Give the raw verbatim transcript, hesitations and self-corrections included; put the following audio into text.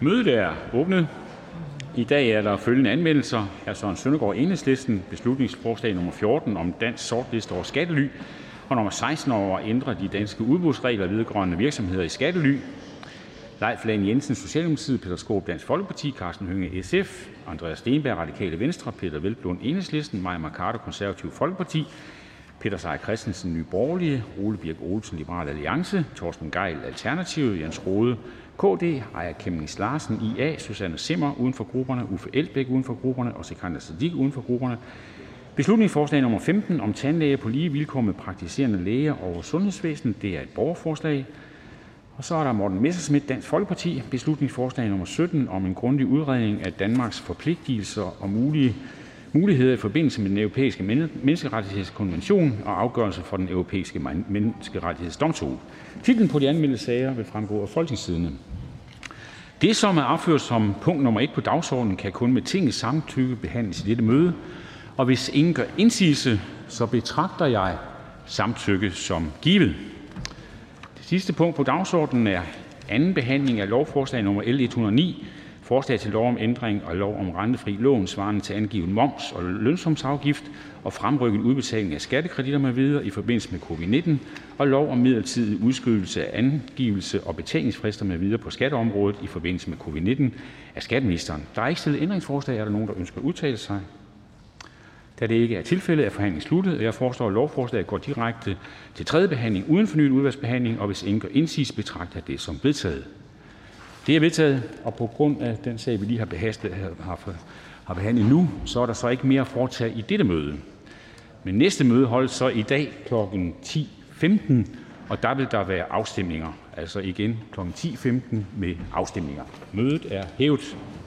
Mødet er åbnet. I dag er der følgende anmeldelser. Hr. Søren Søndergaard, Enhedslisten, beslutningsforslag nummer fjorten om dansk sortliste over skattely, og nummer seksten over at ændre de danske udbudsregler vedrørende virksomheder i skattely. Leif Lahn Jensen, Socialdemokratiet, Peter Skaarup, Dansk Folkeparti, Karsten Hønge, S F, Andreas Steenberg, Radikale Venstre, Peter Hvelplund, Enhedslisten, Mai Mercado, Konservative Folkeparti, Peter Seier Christensen, Nye Borgerlige, Ole Birk Olesen, Liberal Alliance, Torsten Gejl, Alternativet, Jens Rohde, K D, Aaja Chemnitz Larsen, I A, Susanne Zimmer uden for grupperne, Uffe Elbæk uden for grupperne og Sikandar Siddique uden for grupperne. Beslutningsforslag nummer femten om tandlæger på lige vilkår med praktiserende læger og sundhedsvæsenet, det er et borgerforslag. Og så er der Morten Messerschmidt, Dansk Folkeparti, beslutningsforslag nummer sytten om en grundig udredning af Danmarks forpligtelser og mulige muligheder i forbindelse med den europæiske menneskerettighedskonvention og afgørelse for den europæiske menneskerettighedsdomstol. Titlen på de anmeldte sager vil fremgå af Folketingstidende. Det, som er opført som punkt nummer et på dagsordenen, kan kun med Tingets samtykke behandles i dette møde. Og hvis ingen gør indsigelse, så betragter jeg samtykke som givet. Det sidste punkt på dagsordenen er anden behandling af lovforslag nummer L et hundrede og ni, forslag til lov om ændring af lov om rentefri lån svarende til angivet moms og lønsumsafgift og fremrykket udbetaling af skattekreditter med videre i forbindelse med covid nitten og lov om midlertidig udskydelse af angivelse og betalingsfrister med videre på skatteområdet i forbindelse med covid nitten af skatteministeren. Der er ikke stillet ændringsforslag. Er der nogen, der ønsker at udtale sig? Da det ikke er tilfældet, er forhandlingen sluttet. Jeg foreslår, at lovforslaget går direkte til tredje behandling uden fornyet udvalgsbehandling, og hvis ingen gør indsigelse, betragter jeg det som vedtaget. Det er vedtaget, og på grund af den sag, vi lige har, behastet, har, har behandlet nu, så er der så ikke mere at foretage i dette møde. Men næste møde holdes så i dag kl. ti femten, og der vil der være afstemninger. Altså igen kl. ti femten med afstemninger. Mødet er hævet.